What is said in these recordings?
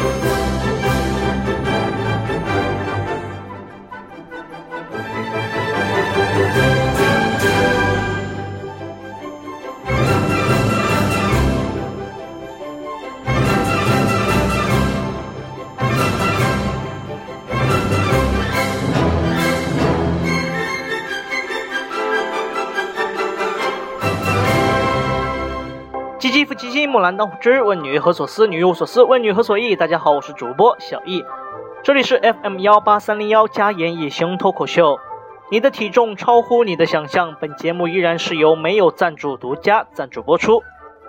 唧唧复唧唧，木兰当户织，问女何所思，女无所思，问女何所忆。大家好，我是主播小易，这里是 FM18301 加言夜行脱口秀。你的体重超乎你的想象，本节目依然是由没有赞助独家赞助播出。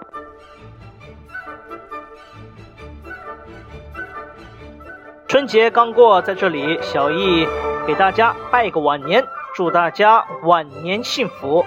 春节刚过，在这里小易给大家拜个晚年，祝大家晚年幸福。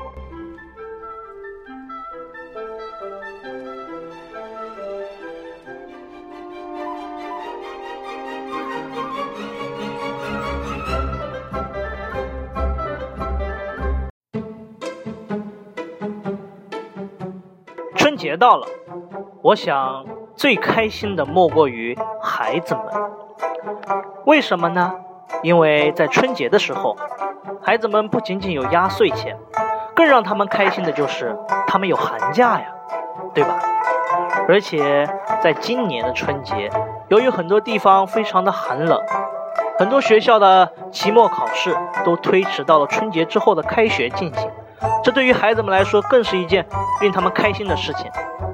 春节到了，我想最开心的莫过于孩子们。为什么呢？因为在春节的时候，孩子们不仅仅有压岁钱，更让他们开心的就是他们有寒假呀，对吧？而且在今年的春节，由于很多地方非常的寒冷，很多学校的期末考试都推迟到了春节之后的开学进行，这对于孩子们来说更是一件令他们开心的事情。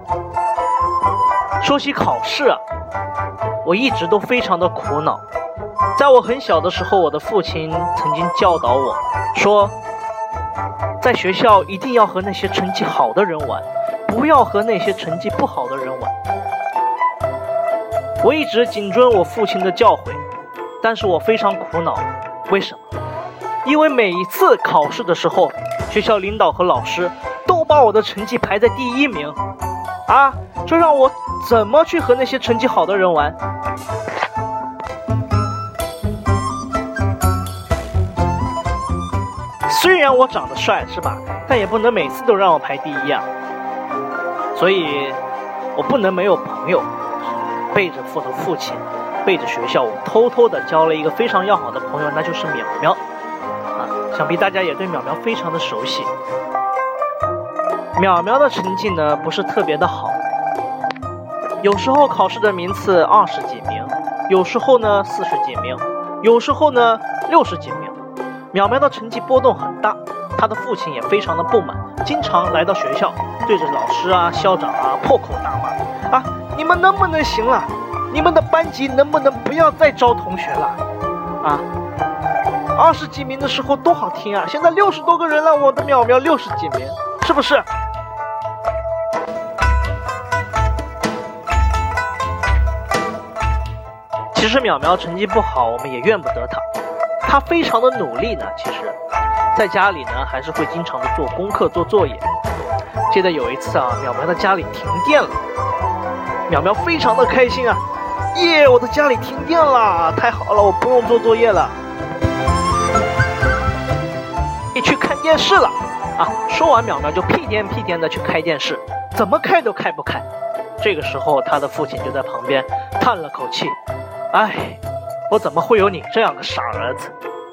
说起考试啊，我一直都非常的苦恼。在我很小的时候，我的父亲曾经教导我说，在学校一定要和那些成绩好的人玩，不要和那些成绩不好的人玩。我一直谨遵我父亲的教诲，但是我非常苦恼。为什么？因为每一次考试的时候，学校领导和老师都把我的成绩排在第一名啊，这让我怎么去和那些成绩好的人玩？虽然我长得帅是吧，但也不能每次都让我排第一啊。所以我不能没有朋友。背着我的父亲，背着学校，我偷偷的交了一个非常要好的朋友，那就是淼淼想必大家也对淼淼非常的熟悉。淼淼的成绩呢不是特别的好，有时候考试的名次20几名，有时候呢40几名，有时候呢60几名。淼淼的成绩波动很大，他的父亲也非常的不满，经常来到学校对着老师啊校长啊破口大骂啊，你们能不能行了？你们的班级能不能不要再招同学了啊？20几名的时候多好听啊，现在60多个人了，我的淼淼60几名，是不是？其实淼淼成绩不好，我们也怨不得他非常的努力呢。其实在家里呢还是会经常的做功课做作业。记得有一次啊，淼淼的家里停电了，淼淼非常的开心啊，耶，我的家里停电了，太好了，我不用做作业了，你去看电视了啊！说完淼淼就屁颠的去开电视，怎么开都开不开。这个时候他的父亲就在旁边叹了口气，哎，我怎么会有你这样的傻儿子？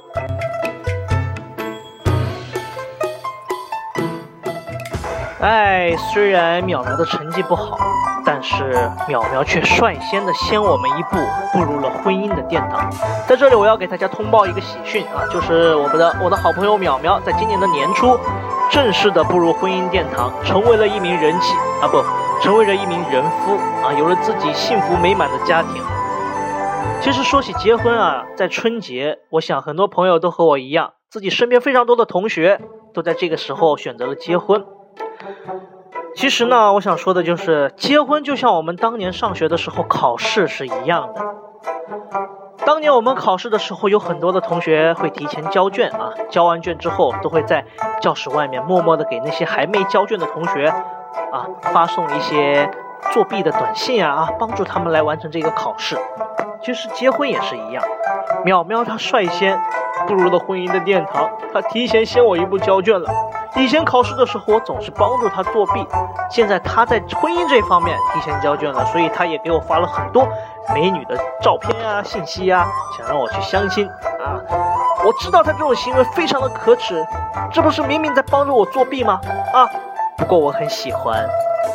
哎，虽然淼淼的成绩不好，但是淼淼却率先的先我们一步步入了婚姻的殿堂。在这里我要给大家通报一个喜讯啊，就是我的好朋友淼淼在今年的年初正式的步入婚姻殿堂，成为了一名人妻啊，不，成为了一名人夫啊，有了自己幸福美满的家庭。其实说起结婚啊，在春节，我想很多朋友都和我一样，自己身边非常多的同学都在这个时候选择了结婚。其实呢，我想说的就是，结婚就像我们当年上学的时候考试是一样的。当年我们考试的时候，有很多的同学会提前交卷啊，交完卷之后都会在教室外面默默的给那些还没交卷的同学啊发送一些作弊的短信啊，帮助他们来完成这个考试。其实结婚也是一样，淼淼她率先步入了婚姻的殿堂。他提前先我一步交卷了。以前考试的时候我总是帮助他作弊，现在他在婚姻这方面提前交卷了，所以他也给我发了很多美女的照片啊、信息啊，想让我去相亲啊。我知道他这种行为非常的可耻，这不是明明在帮助我作弊吗？啊，不过我很喜欢。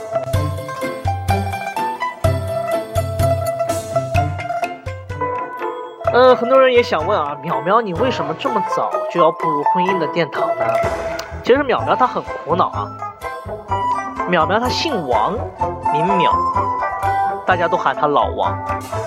很多人也想问啊，淼淼你为什么这么早就要步入婚姻的殿堂呢？其实淼淼她很苦恼啊。淼淼她姓王，名淼，大家都喊她老王。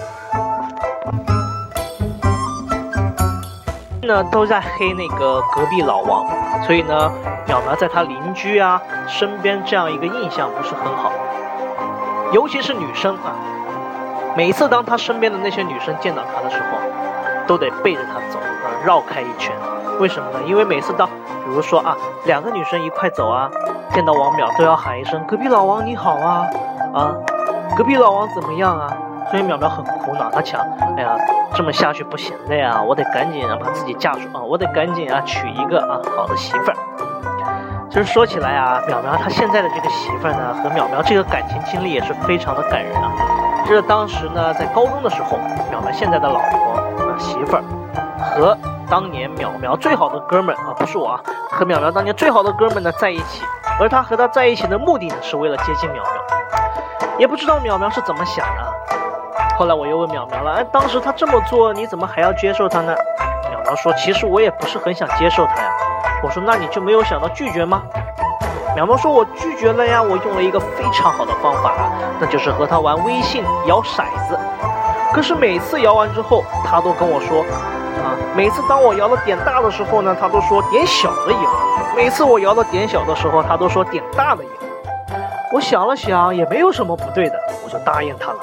都在黑那个隔壁老王，所以呢，淼淼在她邻居啊身边这样一个印象不是很好，尤其是女生啊。每次当她身边的那些女生见到她的时候，都得背着她走啊，绕开一圈。为什么呢？因为每次当比如说啊，两个女生一块走啊，见到王淼都要喊一声隔壁老王你好啊，隔壁老王怎么样啊？所以淼淼很苦恼，她想，哎呀，这么下去不行的呀，我得赶紧把自己嫁出啊，我得赶紧娶一个好的媳妇儿。其实说起来啊，淼淼她现在的这个媳妇儿呢，和淼淼这个感情经历也是非常的感人啊。这当时呢，在高中的时候，淼淼现在的老婆媳妇儿和当年淼淼最好的哥们不是我和淼淼当年最好的哥们呢在一起，而他和他在一起的目的呢，是为了接近淼淼。也不知道淼淼是怎么想的。后来我又问淼淼了，当时他这么做，你怎么还要接受他呢？淼淼说，其实我也不是很想接受他呀。我说，那你就没有想到拒绝吗？淼淼说，我拒绝了呀，我用了一个非常好的方法那就是和他玩微信摇骰子。可是每次摇完之后，他都跟我说每次当我摇了点大的时候呢，他都说点小的赢；每次我摇了点小的时候，他都说点大的赢。我想了想，也没有什么不对的，我就答应他了。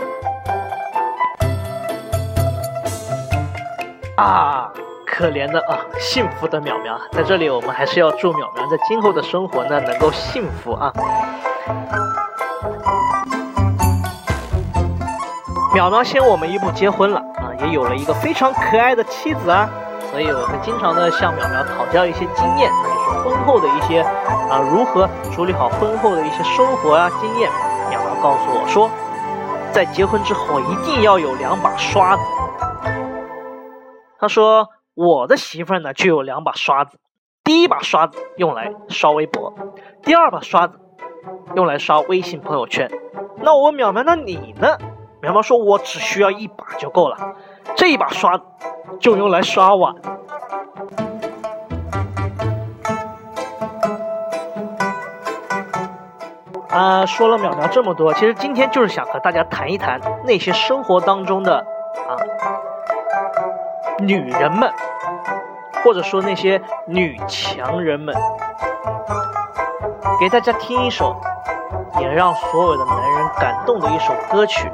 可怜的幸福的淼淼，在这里我们还是要祝淼淼在今后的生活呢能够幸福啊。淼淼先我们一步结婚了也有了一个非常可爱的妻子所以我会经常的向淼淼讨教一些经验，那就是婚后的一些如何处理好婚后的一些生活经验。淼淼告诉我说，在结婚之后一定要有2把刷子。他说我的媳妇呢就有2把刷子，第一把刷子用来刷微博，第2把刷子用来刷微信朋友圈。那我问淼淼，那你呢？淼淼说，我只需要1把就够了，这1把刷子就用来刷碗。说了淼淼这么多，其实今天就是想和大家谈一谈那些生活当中的女人们，或者说那些女强人们，给大家听一首也让所有的男人感动的一首歌曲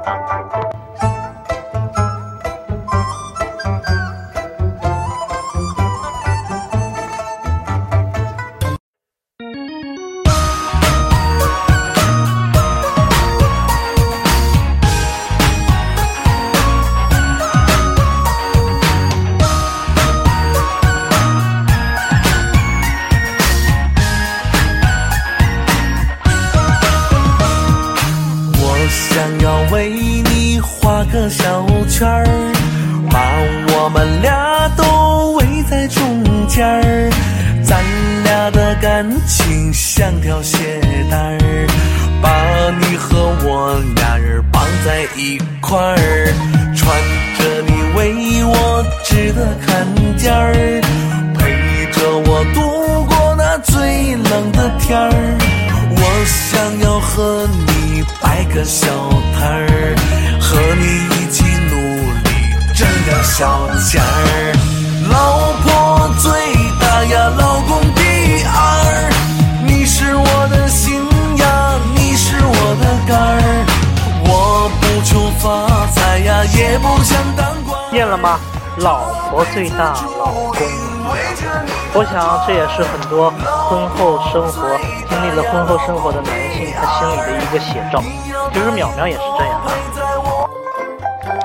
为你画个小圈儿，把我们俩都围在中间儿，咱俩的感情像条鞋带儿，把你和我俩人绑在一块儿，穿着你为我织的坎肩儿，陪着我度过那最冷的天儿。我想要和你摆个小摊儿，和你一起努力挣点小钱儿。老婆最大呀，老公第2，你是我的心呀，你是我的肝儿。我不求发财呀，也不想当官。 念了吗？老婆最大，老公第2。我想这也是很多婚后生活经历了婚后生活的男性他心里的一个写照，就是淼淼也是这样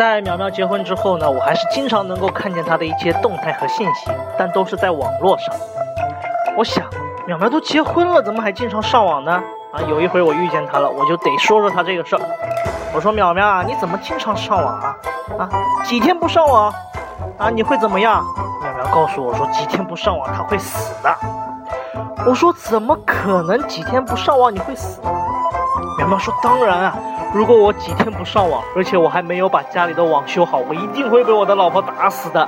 在淼淼结婚之后呢，我还是经常能够看见她的一些动态和信息，但都是在网络上。我想，淼淼都结婚了，怎么还经常上网呢？有一回我遇见她了，我就得说她这个事儿。我说淼淼啊，你怎么经常上网啊？几天不上网你会怎么样？淼淼告诉我说，几天不上网她会死的。我说怎么可能几天不上网你会死？淼淼说当然啊，如果我几天不上网，而且我还没有把家里的网修好，我一定会被我的老婆打死的。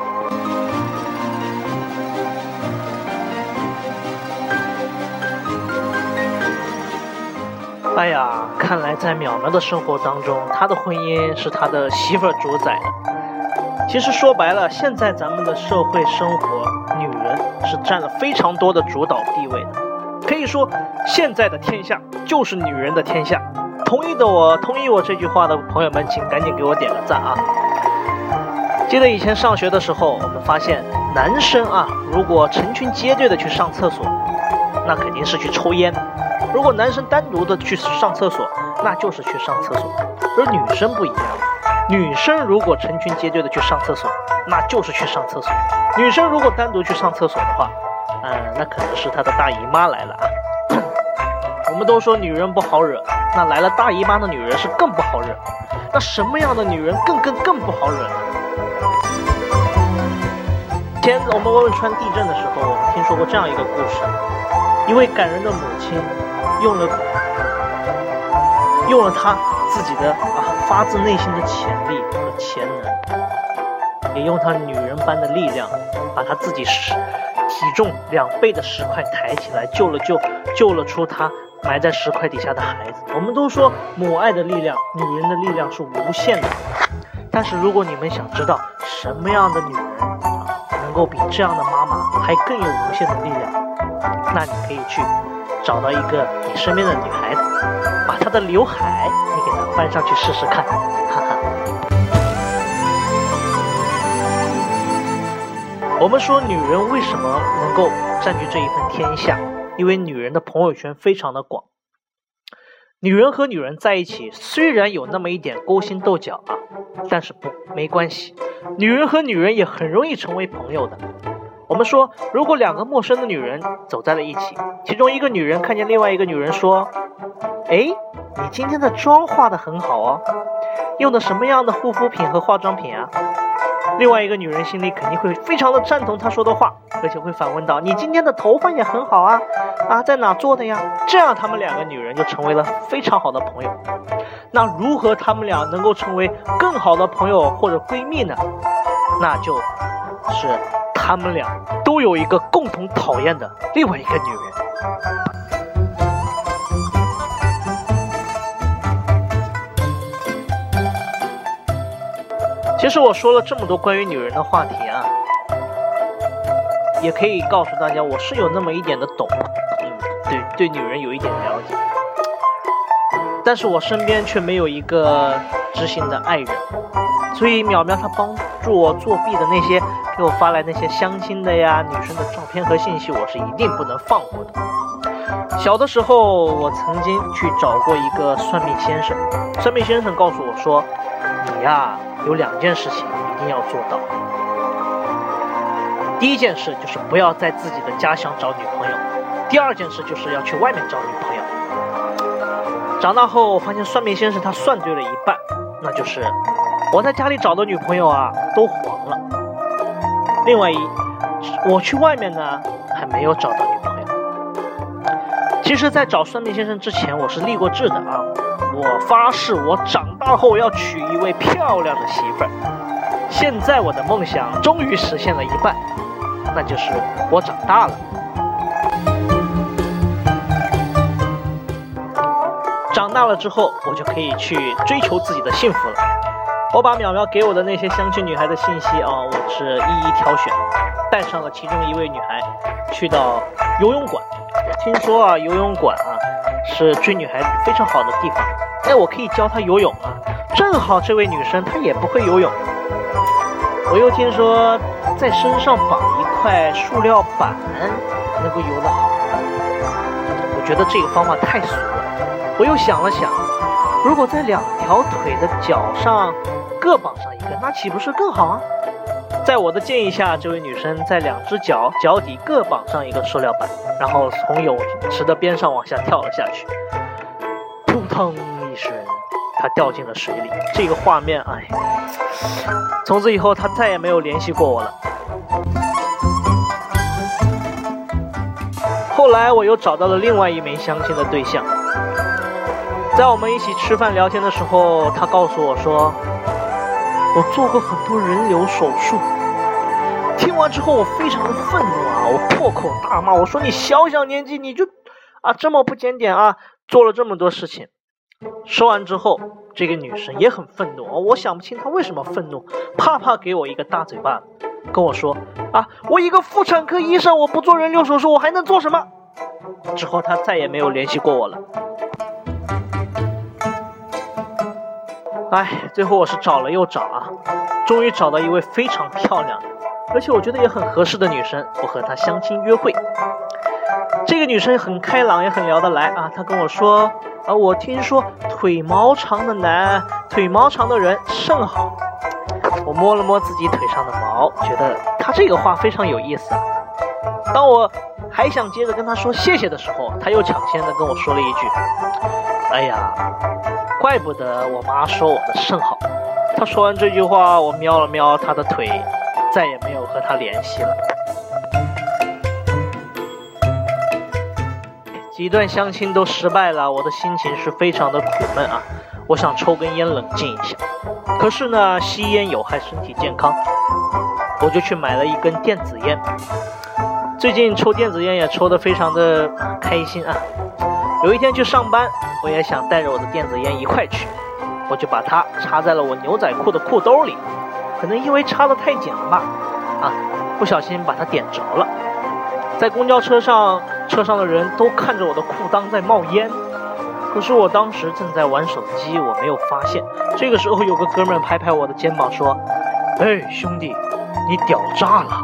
哎呀，看来在淼淼的生活当中，她的婚姻是她的媳妇儿主宰的。其实说白了，现在咱们的社会生活，女人是占了非常多的主导地位的。可以说，现在的天下就是女人的天下。同意我这句话的朋友们，请赶紧给我点个赞啊！记得以前上学的时候，我们发现男生如果成群结队的去上厕所，那肯定是去抽烟；如果男生单独的去上厕所，那就是去上厕所。而女生不一样，女生如果成群结队的去上厕所，那就是去上厕所。女生如果单独去上厕所的话，那可能是她的大姨妈来了啊。我们都说女人不好惹，那来了大姨妈的女人是更不好惹。那什么样的女人更不好惹呢？前我们汶川地震的时候，我们听说过这样一个故事：一位感人的母亲用了她自己的发自内心的潜力和潜能，也用她女人般的力量，把她自己体重2倍的石块抬起来，救了出她埋在石块底下的孩子。我们都说母爱的力量，女人的力量是无限的。但是如果你们想知道什么样的女人能够比这样的妈妈还更有无限的力量，那你可以去找到一个你身边的女孩子，把她的刘海你给她翻上去试试看，哈哈。我们说女人为什么能够占据这一份天下？因为女人的朋友圈非常的广。女人和女人在一起，虽然有那么一点勾心斗角但是没关系，女人和女人也很容易成为朋友的。我们说，如果2个陌生的女人走在了一起，其中一个女人看见另外一个女人说：你今天的妆化得很好哦，用的什么样的护肤品和化妆品啊？另外一个女人心里肯定会非常的赞同她说的话，而且会反问到：你今天的头发也很好在哪做的呀？这样她们2个女人就成为了非常好的朋友。那如何她们俩能够成为更好的朋友或者闺蜜呢？那就是她们俩都有一个共同讨厌的另外一个女人。其实我说了这么多关于女人的话题也可以告诉大家，我是有那么一点的懂，对女人有一点了解，但是我身边却没有一个知心的爱人，所以淼淼她帮助我作弊的那些给我发来那些相亲的呀、女生的照片和信息，我是一定不能放过的。小的时候，我曾经去找过一个算命先生，算命先生告诉我说，你有2件事情一定要做到。第一件事就是不要在自己的家乡找女朋友，第2件事就是要去外面找女朋友。长大后我发现算命先生他算对了一半，那就是我在家里找的女朋友都黄了，另外我去外面呢还没有找到女朋友。其实在找算命先生之前，我是立过志的我发誓我长大后要娶一位漂亮的媳妇儿。现在我的梦想终于实现了一半，那就是我长大了。长大了之后，我就可以去追求自己的幸福了。我把淼淼给我的那些相亲女孩的信息我是一一挑选，带上了其中一位女孩去到游泳馆。听说游泳馆是追女孩非常好的地方，我可以教她游泳正好这位女生她也不会游泳。我又听说在身上绑一块塑料板能够游得好，我觉得这个方法太俗了。我又想了想，如果在2条腿的脚上各绑上一个，那岂不是更好啊？在我的建议下，这位女生在2只脚底各绑上一个塑料板，然后从泳池的边上往下跳了下去，扑腾一声，她掉进了水里。这个画面，从此以后她再也没有联系过我了。后来我又找到了另外一枚相亲的对象，在我们一起吃饭聊天的时候，她告诉我说，我做过很多人流手术。听完之后我非常的愤怒啊，我破口大骂，我说你小年纪你就这么不检点啊，做了这么多事情。说完之后，这个女生也很愤怒，我想不清她为什么愤怒，啪给我一个大嘴巴，跟我说我一个妇产科医生，我不做人流手术我还能做什么？之后她再也没有联系过我了。最后我是找了又找终于找到一位非常漂亮的，而且我觉得也很合适的女生，我和她相亲约会。这个女生很开朗，也很聊得来她跟我说我听说腿毛长的人肾好。我摸了摸自己腿上的毛，觉得她这个话非常有意思。当我还想接着跟她说谢谢的时候，她又抢先的跟我说了一句，怪不得我妈说我的肾好。她说完这句话，我瞄了瞄她的腿，再也没有和她联系了。几段相亲都失败了，我的心情是非常的苦闷我想抽根烟冷静一下，可是呢，吸烟有害身体健康，我就去买了一根电子烟。最近抽电子烟也抽得非常的开心有一天去上班，我也想带着我的电子烟一块去，我就把它插在了我牛仔裤的裤兜里，可能因为插得太紧了吧不小心把它点着了。在公交车上的人都看着我的裤裆在冒烟，可是我当时正在玩手机，我没有发现。这个时候有个哥们拍拍我的肩膀说，兄弟，你屌炸了。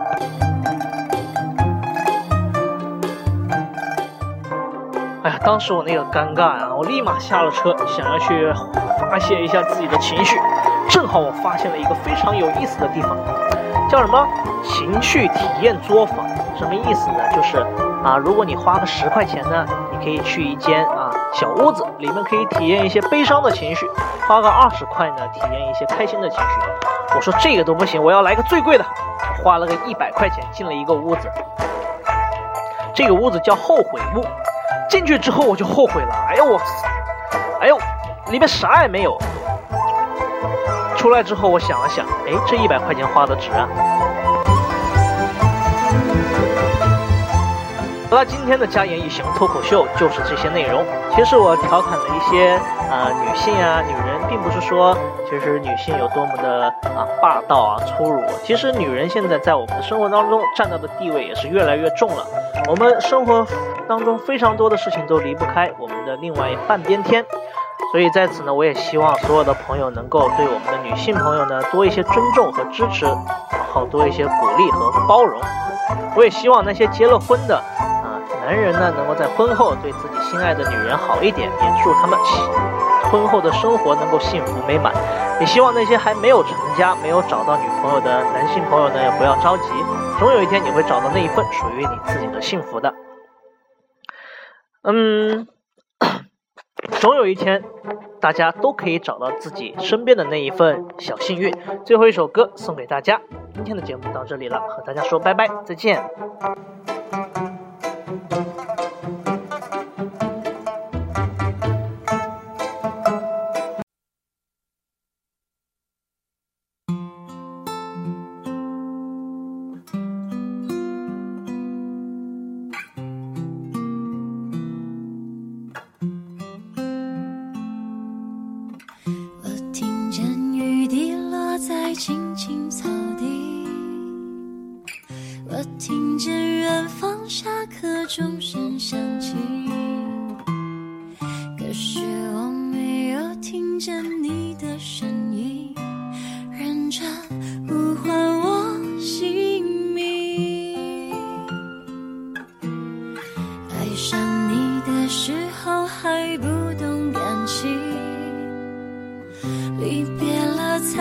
当时我那个尴尬我立马下了车，想要去发泄一下自己的情绪。正好我发现了一个非常有意思的地方，叫什么情绪体验作坊。什么意思呢？就是如果你花个10块钱呢，你可以去一间小屋子，里面可以体验一些悲伤的情绪，花个20块呢，体验一些开心的情绪。我说这个都不行，我要来个最贵的，花了个100块钱进了一个屋子。这个屋子叫后悔屋，进去之后我就后悔了，里面啥也没有。出来之后我想了想，这100块钱花的值好了，今天的加言一行脱口秀就是这些内容。其实我调侃了一些女性女人，并不是说其实女性有多么的霸道粗鲁。其实女人现在在我们的生活当中占到的地位也是越来越重了。我们生活当中非常多的事情都离不开我们的另外半边天。所以在此呢，我也希望所有的朋友能够对我们的女性朋友呢多一些尊重和支持，然后多一些鼓励和包容。我也希望那些结了婚的男人呢，能够在婚后对自己心爱的女人好一点，也祝他们婚后的生活能够幸福美满。也希望那些还没有成家、没有找到女朋友的男性朋友呢，也不要着急，总有一天你会找到那一份属于你自己的幸福的。总有一天大家都可以找到自己身边的那一份小幸运。最后一首歌送给大家，今天的节目到这里了，和大家说拜拜，再见。 青青草地，我听见远方下课钟声响起，可是我没有听见你的声音，认真呼唤我姓名。爱上你的时候还不懂感情，离别了才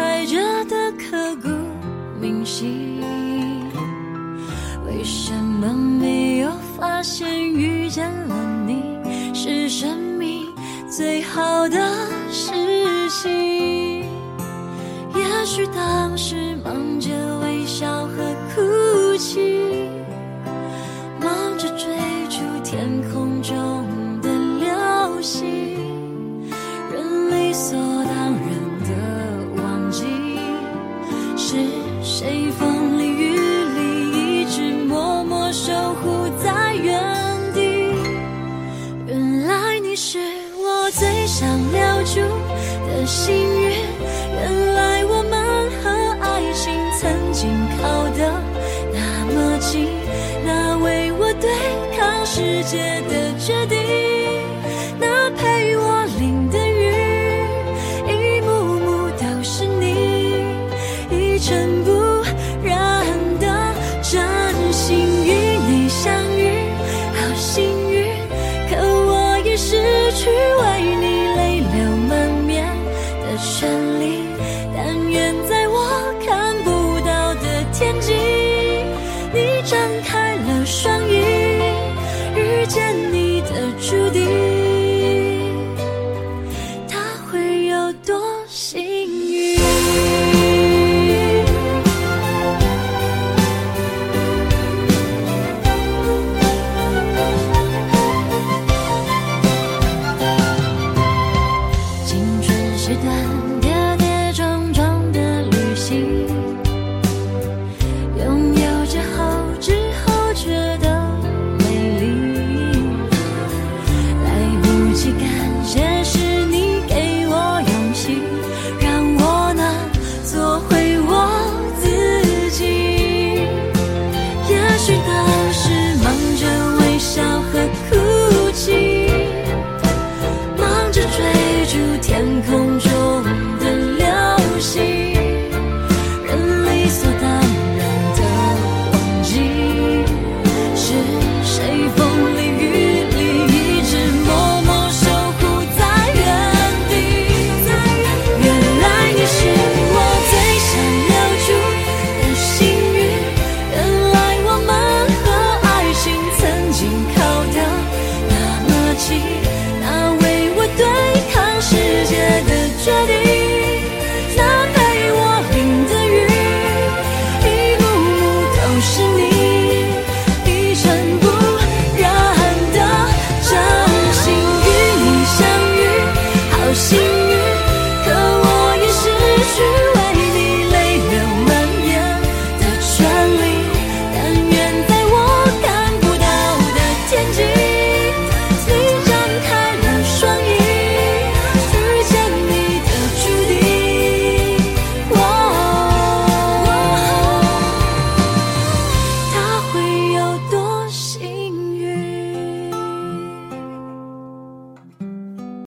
息。为什么没有发现遇见了你是生命最好的事情？也许当时忙着微笑和哭泣，忙着追逐天空中的流星，人理所当然的忘记是谁风里雨里一直默默守护在原地。原来你是我最想留住的幸运，原来我们和爱情曾经靠得那么近，那为我对抗世界的决定，那陪我淋的雨，一幕幕都是你，一尘不染的真心。与你相遇好幸运，可我已失去为你泪流满面的权利。但愿在我看不到的天际，你张开了双翼，遇见你的注定，它会有多幸运？青春是短